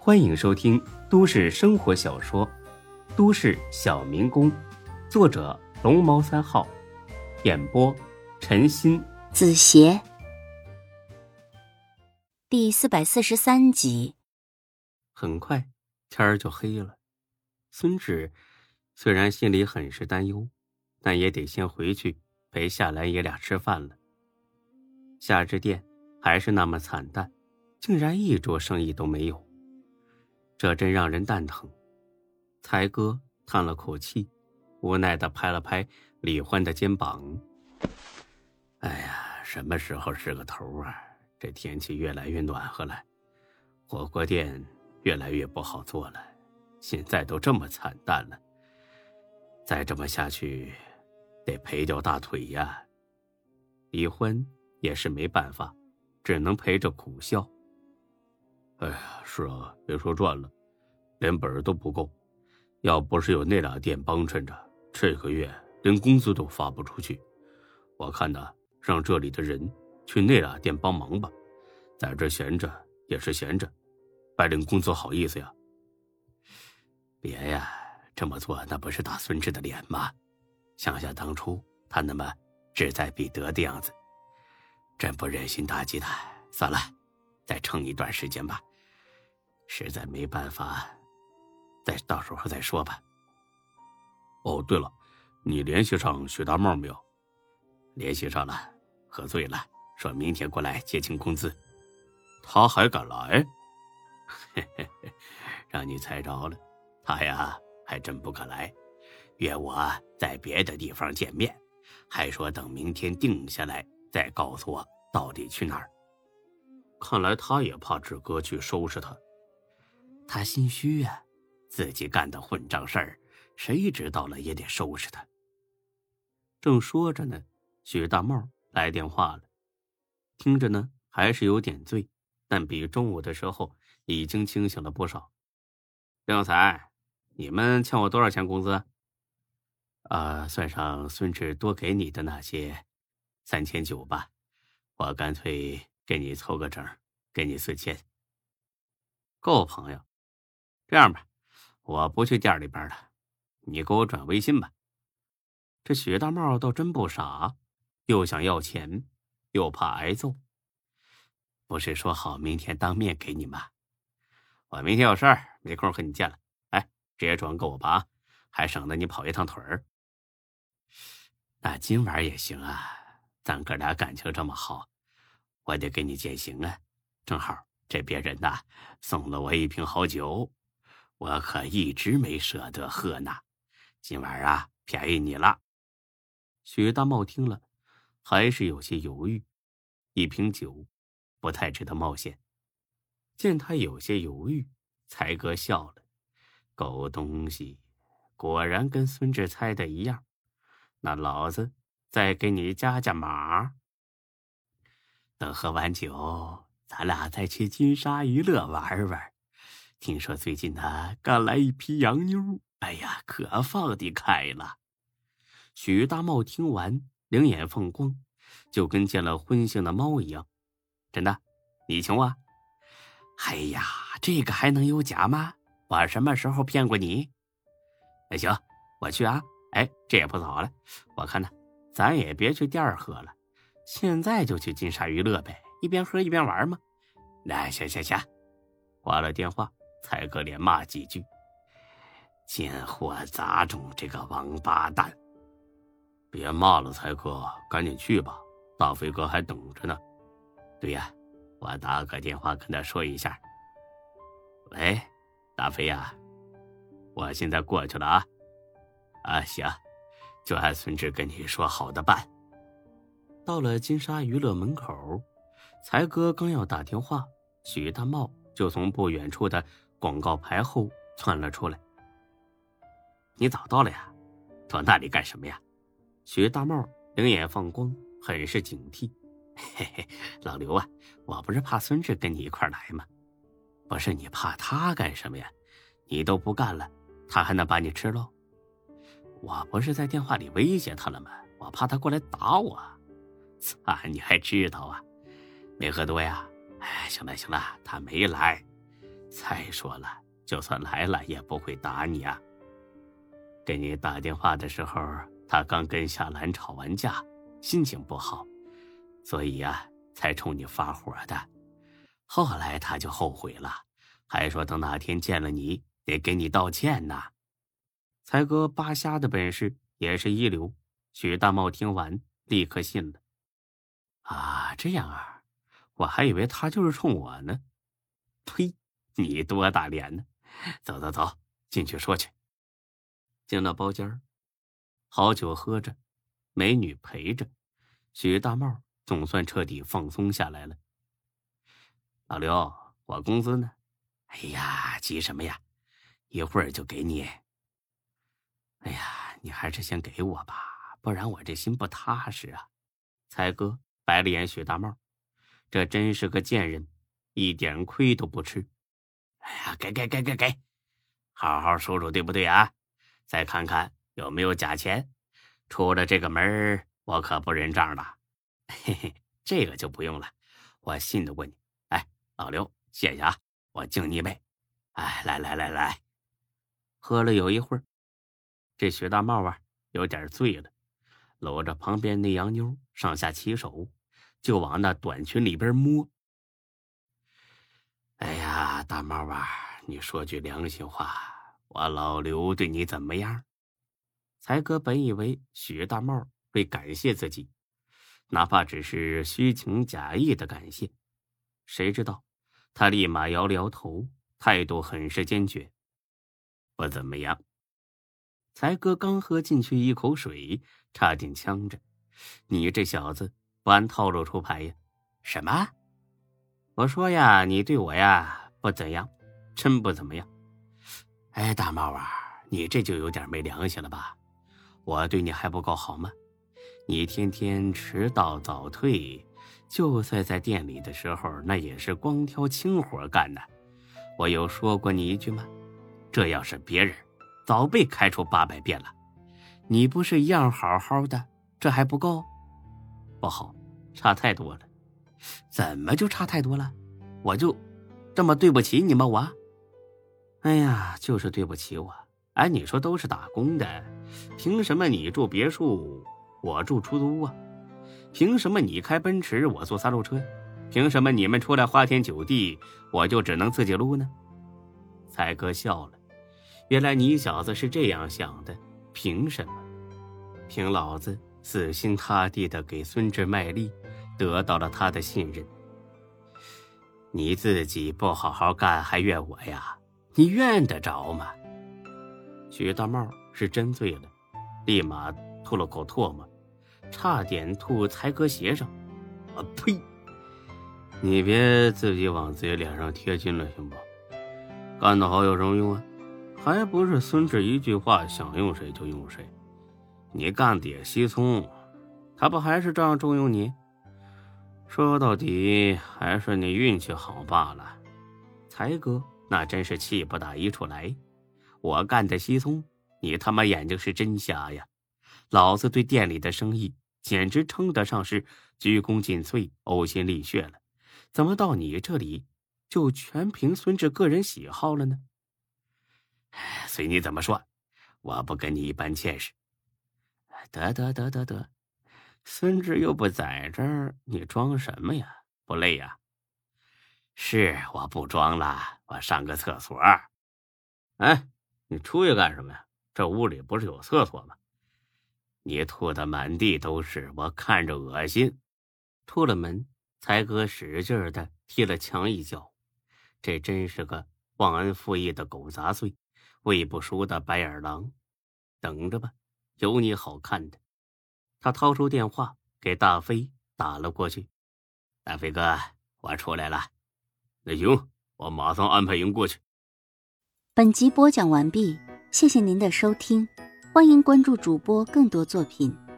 欢迎收听都市生活小说《都市小民工》，作者龙猫3号，演播陈鑫、 子邪，第443集。 很快天儿就黑了，孙志虽然心里很是担忧，但也得先回去陪夏兰爷俩吃饭了。夏之店还是那么惨淡，竟然一桌生意都没有，这真让人蛋疼。才哥叹了口气，无奈地拍了拍李欢的肩膀。哎呀，什么时候是个头啊？这天气越来越暖和了，火锅店越来越不好做了，现在都这么惨淡了，再这么下去得赔掉大腿呀。李欢也是没办法，只能陪着苦笑。哎呀，是啊，别说赚了，连本儿都不够，要不是有那俩店帮衬着，这个月连工资都发不出去。我看呢，让这里的人去那俩店帮忙吧，在这闲着也是闲着，白领工资好意思呀。别呀，这么做那不是打孙志的脸吗？想想当初他那么志在必得的样子，真不忍心打击他。算了，再撑一段时间吧，实在没办法到时候再说吧。哦，对了，你联系上许大茂没有？联系上了，喝醉了，说明天过来结清工资。他还敢来？嘿嘿嘿，让你猜着了，他呀还真不敢来，约我在别的地方见面，还说等明天定下来再告诉我到底去哪儿。看来他也怕志哥去收拾他。他心虚啊，自己干的混账事儿，谁知道了也得收拾他。正说着呢，许大茂来电话了，听着呢还是有点醉，但比中午的时候已经清醒了不少。廖才，你们欠我多少钱工资？算上孙志多给你的那些，3900吧，我干脆给你凑个整，给你4000。够朋友。这样吧，我不去店里边了，你给我转微信吧。这许大茂倒真不傻，又想要钱，又怕挨揍。不是说好明天当面给你吗？我明天有事儿，没空和你见了。来，直接转给我吧啊，还省得你跑一趟腿儿。那今晚也行啊，咱哥俩感情这么好，我得给你践行啊。正好这别人呐送了我一瓶好酒，我可一直没舍得喝呢，今晚啊便宜你了。许大茂听了还是有些犹豫，一瓶酒不太值得冒险。见他有些犹豫，才哥笑了，狗东西，果然跟孙志猜的一样，那老子再给你加码。等喝完酒，咱俩再去金沙娱乐玩玩，听说最近呢刚来一批洋妞，哎呀，可放得开了。许大茂听完两眼放光，就跟见了荤腥的猫一样。真的？你请我？哎呀，这个还能有假吗？我什么时候骗过你？那行，我去啊。哎，这也不早了，我看呢咱也别去店儿喝了，现在就去金沙娱乐呗，一边喝一边玩嘛。那行，挂了电话，才哥连骂几句，贱货杂种，这个王八蛋。别骂了，才哥，赶紧去吧，大飞哥还等着呢。对呀，我打个电话跟他说一下。喂，大飞呀，我现在过去了啊。行，就按孙志跟你说好的办。到了金沙娱乐门口，才哥刚要打电话，许大茂就从不远处的广告牌后窜了出来。你早到了呀？到那里干什么呀？许大茂两眼放光，很是警惕。嘿嘿，老刘啊，我不是怕孙志跟你一块来吗？不是，你怕他干什么呀？你都不干了，他还能把你吃喽？我不是在电话里威胁他了吗？我怕他过来打我。你还知道啊？没喝多呀？哎，行了，他没来。 再说了，就算来了也不会打你啊。给你打电话的时候，他刚跟夏兰吵完架，心情不好，所以才冲你发火的。后来他就后悔了，还说等哪天见了你得给你道歉呢。才哥扒瞎的本事也是一流。许大茂听完立刻信了。这样啊，我还以为他就是冲我呢。呸，你多大脸呢？走走走，进去说去。进了包间，好酒喝着，美女陪着，许大茂总算彻底放松下来了。老刘，我工资呢？哎呀，急什么呀？一会儿就给你。哎呀，你还是先给我吧，不然我这心不踏实啊。才哥白了眼许大茂，这真是个贱人，一点亏都不吃。哎呀，给，好好数数对不对啊？再看看有没有假钱，出了这个门我可不认账了。嘿嘿，这个就不用了，我信得过你。哎，老刘，谢谢啊，我敬你一杯。哎，来。喝了有一会儿，这许大茂有点醉了，搂着旁边那洋妞上下其手，就往那短裙里边摸。哎呀，大茂你说句良心话，我老刘对你怎么样？才哥本以为许大茂会感谢自己，哪怕只是虚情假意的感谢，谁知道他立马摇了摇头，态度很是坚决。不怎么样。才哥刚喝进去一口水，差点呛着。你这小子不按套路出牌呀？什么？我说呀，你对我不怎样，真不怎么样。哎，大茂你这就有点没良心了吧？我对你还不够好吗？你天天迟到早退，就算在店里的时候，那也是光挑轻活干的。我有说过你一句吗？这要是别人，早被开除800遍了。你不是一样好好的，这还不够？不好，差太多了。怎么就差太多了？我就这么对不起你吗？哎呀，就是对不起我。你说都是打工的，凭什么你住别墅，我住出租啊？凭什么你开奔驰，我坐3路车？凭什么你们出来花天酒地，我就只能自己撸呢？才哥笑了，原来你小子是这样想的。凭什么？凭老子死心塌地的给孙志卖力，得到了他的信任。你自己不好好干还怨我呀？你怨得着吗？许大茂是真醉了，立马吐了口唾沫，差点吐才哥鞋上。呸！你别自己往自己脸上贴金了行不？干得好有什么用啊？还不是孙志一句话，想用谁就用谁。你干的也稀松，他不还是这样重用你？说到底还是你运气好罢了。才哥那真是气不打一处来。我干的稀松，你他妈眼睛是真瞎呀！老子对店里的生意简直称得上是鞠躬尽瘁，呕心沥血了，怎么到你这里就全凭孙志个人喜好了呢？随你怎么说，我不跟你一般见识。得，孙志又不在这儿，你装什么呀？不累呀？是，我不装了，我上个厕所。哎，你出去干什么呀？这屋里不是有厕所吗？你吐得满地都是，我看着恶心。出了门，才哥使劲的踢了墙一脚。这真是个忘恩负义的狗杂碎，喂不熟的白眼狼。等着吧，有你好看的。他掏出电话给大飞打了过去。大飞哥，我出来了。那行，我马上安排人过去。 本集播讲完毕，谢谢您的收听，欢迎关注主播更多作品。